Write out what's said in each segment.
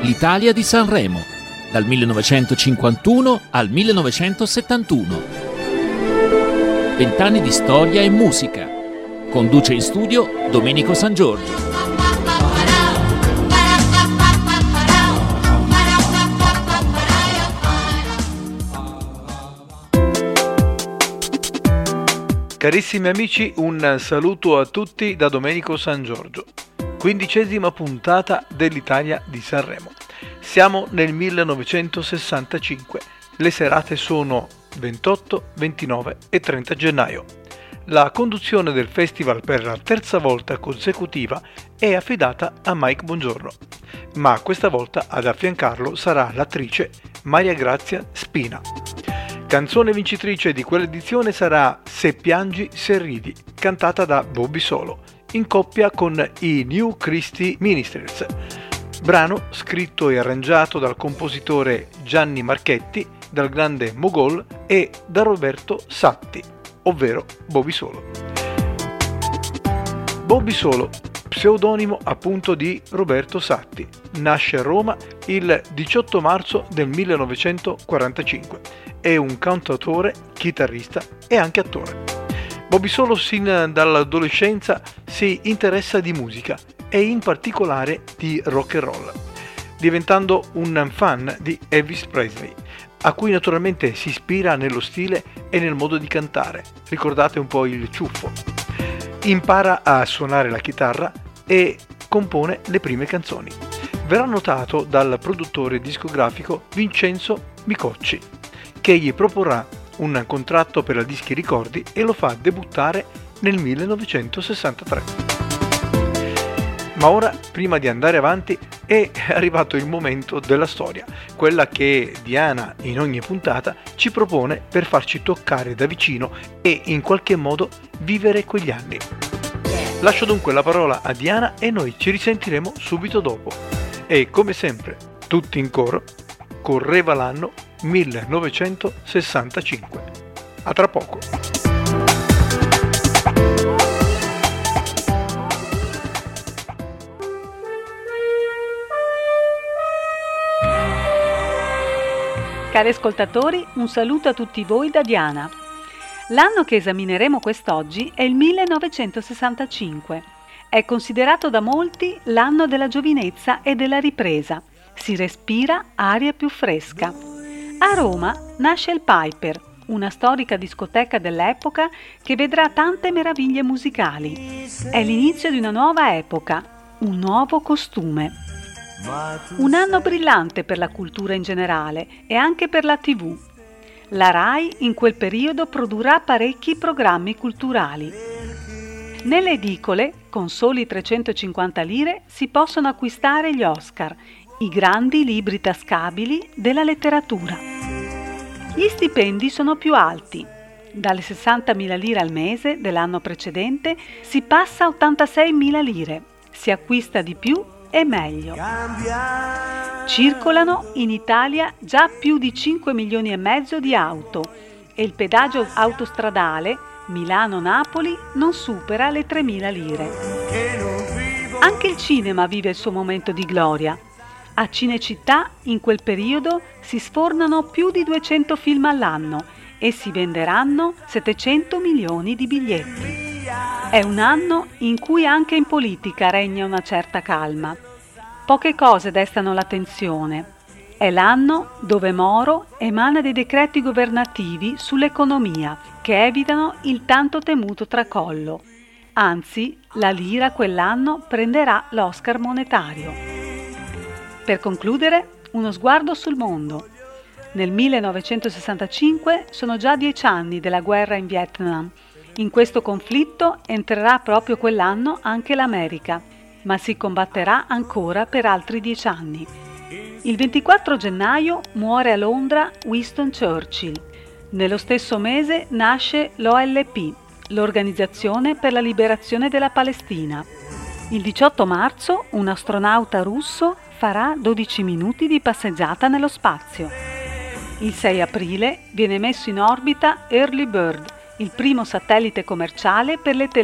L'Italia di Sanremo, dal 1951 al 1971. 20 anni di storia e musica. Conduce in studio Domenico San Giorgio. Carissimi amici, un saluto a tutti da Domenico San Giorgio. 15ª puntata dell'Italia di Sanremo. Siamo nel 1965. Le serate sono 28, 29 e 30 gennaio. La conduzione del festival per la terza volta consecutiva è affidata a Mike Bongiorno, ma questa volta ad affiancarlo sarà l'attrice Maria Grazia Spina. Canzone vincitrice di quell'edizione sarà Se piangi se ridi, cantata da Bobby Solo, in coppia con i New Christy Ministers. Brano scritto e arrangiato dal compositore Gianni Marchetti, dal grande Mogol e da Roberto Satti, ovvero Bobby Solo. Bobby Solo, pseudonimo appunto di Roberto Satti, nasce a Roma il 18 marzo del 1945. È un cantautore, chitarrista e anche attore. Bobby Solo sin dall'adolescenza si interessa di musica e in particolare di rock and roll, diventando un fan di Elvis Presley, a cui naturalmente si ispira nello stile e nel modo di cantare. Ricordate un po' il ciuffo. Impara a suonare la chitarra e compone le prime canzoni. Verrà notato dal produttore discografico Vincenzo Micocci, che gli proporrà un contratto per la Dischi Ricordi e lo fa debuttare nel 1963. Ma ora, prima di andare avanti, è arrivato il momento della storia, quella che Diana in ogni puntata ci propone per farci toccare da vicino e in qualche modo vivere quegli anni. Lascio dunque la parola a Diana e noi ci risentiremo subito dopo. E come sempre, tutti in coro, correva l'anno 1965. A tra poco. Cari ascoltatori, un saluto a tutti voi da Diana. L'anno che esamineremo quest'oggi è il 1965. È considerato da molti l'anno della giovinezza e della ripresa. Si respira aria più fresca. A Roma nasce il Piper, una storica discoteca dell'epoca che vedrà tante meraviglie musicali. È l'inizio di una nuova epoca, un nuovo costume. Un anno brillante per la cultura in generale e anche per la TV. La RAI in quel periodo produrrà parecchi programmi culturali. Nelle edicole, con soli 350 lire, si possono acquistare gli Oscar, i grandi libri tascabili della letteratura. Gli stipendi sono più alti. Dalle 60.000 lire al mese dell'anno precedente si passa a 86.000 lire. Si acquista di più e meglio. Circolano in Italia già più di 5 milioni e mezzo di auto e il pedaggio autostradale Milano-Napoli non supera le 3.000 lire. Anche il cinema vive il suo momento di gloria. A Cinecittà in quel periodo si sfornano più di 200 film all'anno e si venderanno 700 milioni di biglietti. È un anno in cui anche in politica regna una certa calma. Poche cose destano l'attenzione. È l'anno dove Moro emana dei decreti governativi sull'economia che evitano il tanto temuto tracollo. Anzi, la lira quell'anno prenderà l'Oscar monetario. Per concludere, uno sguardo sul mondo. Nel 1965 sono già 10 anni della guerra in Vietnam. In questo conflitto entrerà proprio quell'anno anche l'America, ma si combatterà ancora per altri 10 anni. Il 24 gennaio muore a Londra Winston Churchill. Nello stesso mese nasce l'OLP, l'Organizzazione per la Liberazione della Palestina. Il 18 marzo un astronauta russo farà 12 minuti di passeggiata nello spazio. Il 6 aprile viene messo in orbita Early Bird, il primo satellite commerciale per le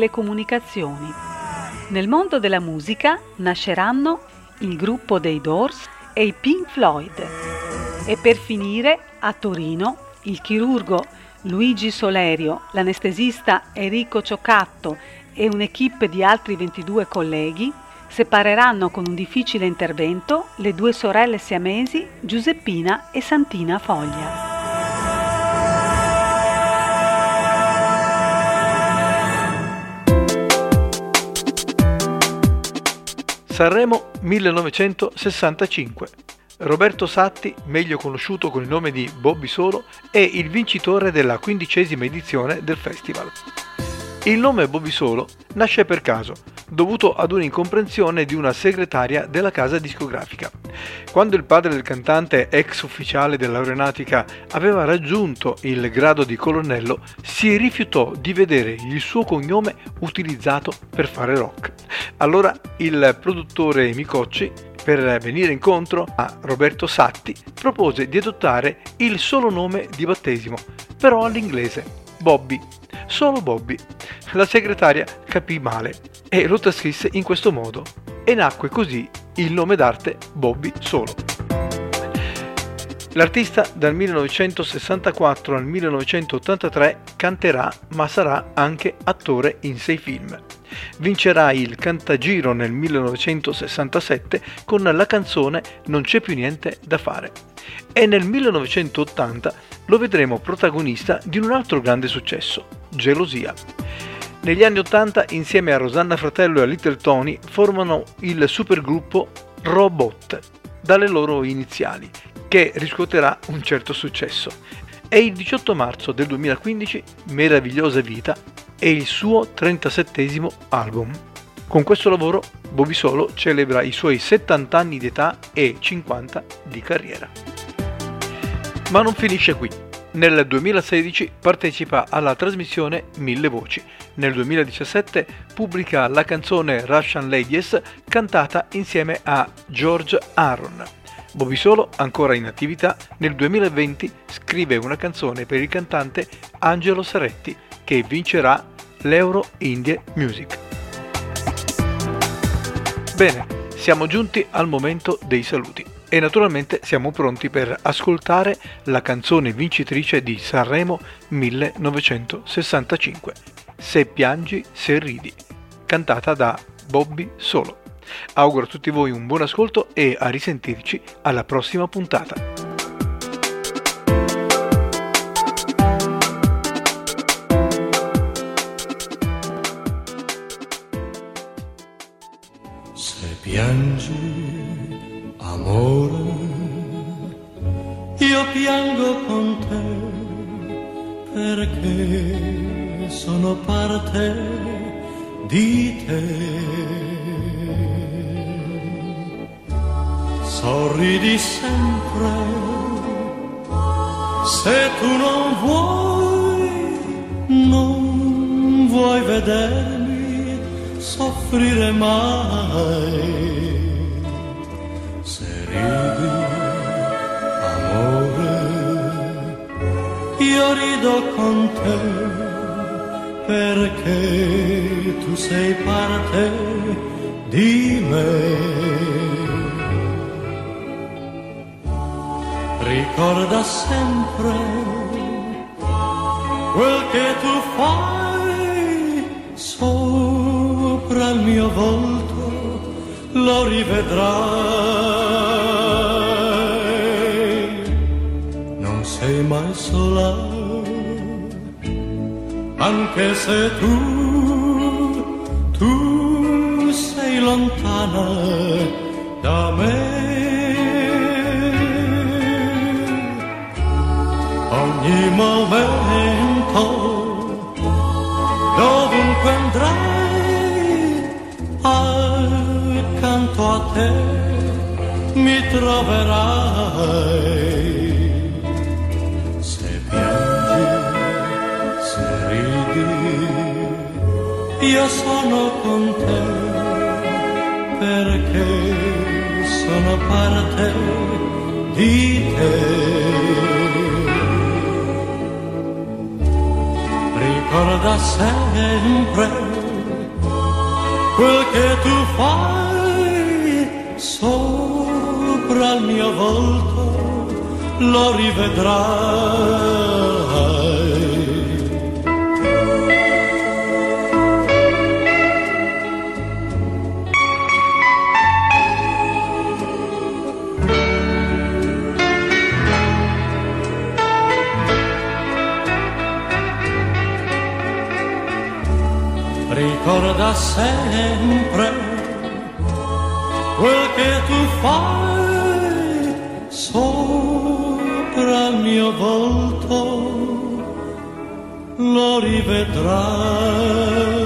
telecomunicazioni. Nel mondo della musica nasceranno il gruppo dei Doors e i Pink Floyd. E per finire, a Torino, il chirurgo Luigi Solerio, l'anestesista Enrico Ciocatto e un'equipe di altri 22 colleghi separeranno con un difficile intervento le due sorelle siamesi Giuseppina e Santina Foglia. Sanremo 1965. Roberto Satti, meglio conosciuto con il nome di Bobby Solo, è il vincitore della 15ª edizione del festival. Il nome Bobby Solo nasce per caso, dovuto ad un'incomprensione di una segretaria della casa discografica. Quando il padre del cantante, ex ufficiale dell'aeronautica, aveva raggiunto il grado di colonnello, si rifiutò di vedere il suo cognome utilizzato per fare rock. Allora il produttore Micocci, per venire incontro a Roberto Satti, propose di adottare il solo nome di battesimo, però all'inglese, Bobby, solo Bobby. La segretaria capì male e lo trascrisse in questo modo e nacque così il nome d'arte Bobby Solo. L'artista dal 1964 al 1983 canterà, ma sarà anche attore in 6 film. Vincerà il Cantagiro nel 1967 con la canzone Non c'è più niente da fare e nel 1980 lo vedremo protagonista di un altro grande successo, Gelosia. Negli anni 80 insieme a Rosanna Fratello e a Little Tony formano il supergruppo Robot, dalle loro iniziali, che riscuoterà un certo successo. E il 18 marzo del 2015 Meravigliosa Vita è il suo 37° album. Con questo lavoro Bobby Solo celebra i suoi 70 anni di età e 50 di carriera. Ma non finisce qui. Nel 2016 partecipa alla trasmissione 1000 Voci. Nel 2017 pubblica la canzone Russian Ladies cantata insieme a George Aaron. Bobby Solo, ancora in attività, nel 2020 scrive una canzone per il cantante Angelo Saretti che vincerà l'Euro Indie Music. Bene, siamo giunti al momento dei saluti e naturalmente siamo pronti per ascoltare la canzone vincitrice di Sanremo 1965, Se piangi, se ridi, cantata da Bobby Solo. Auguro a tutti voi un buon ascolto e a risentirci alla prossima puntata. Se piangi, amore, io piango con te perché sono parte di te. Sorridi sempre, se tu non vuoi vedermi soffrire mai. Se ridi, amore, io rido con te, perché tu sei parte di me. Ricorda sempre quel che tu fai sopra il mio volto, lo rivedrai. Non sei mai sola, anche se tu sei lontana da me. Ogni momento, dovunque andrai, accanto a te mi troverai. Se piangi, se ridi, io sono con te, perché sono parte di te. Ricorda sempre quel che tu fai sopra sopra il mio volto lo rivedrai. Ricorda sempre quel che tu fai sopra il mio volto, lo rivedrai.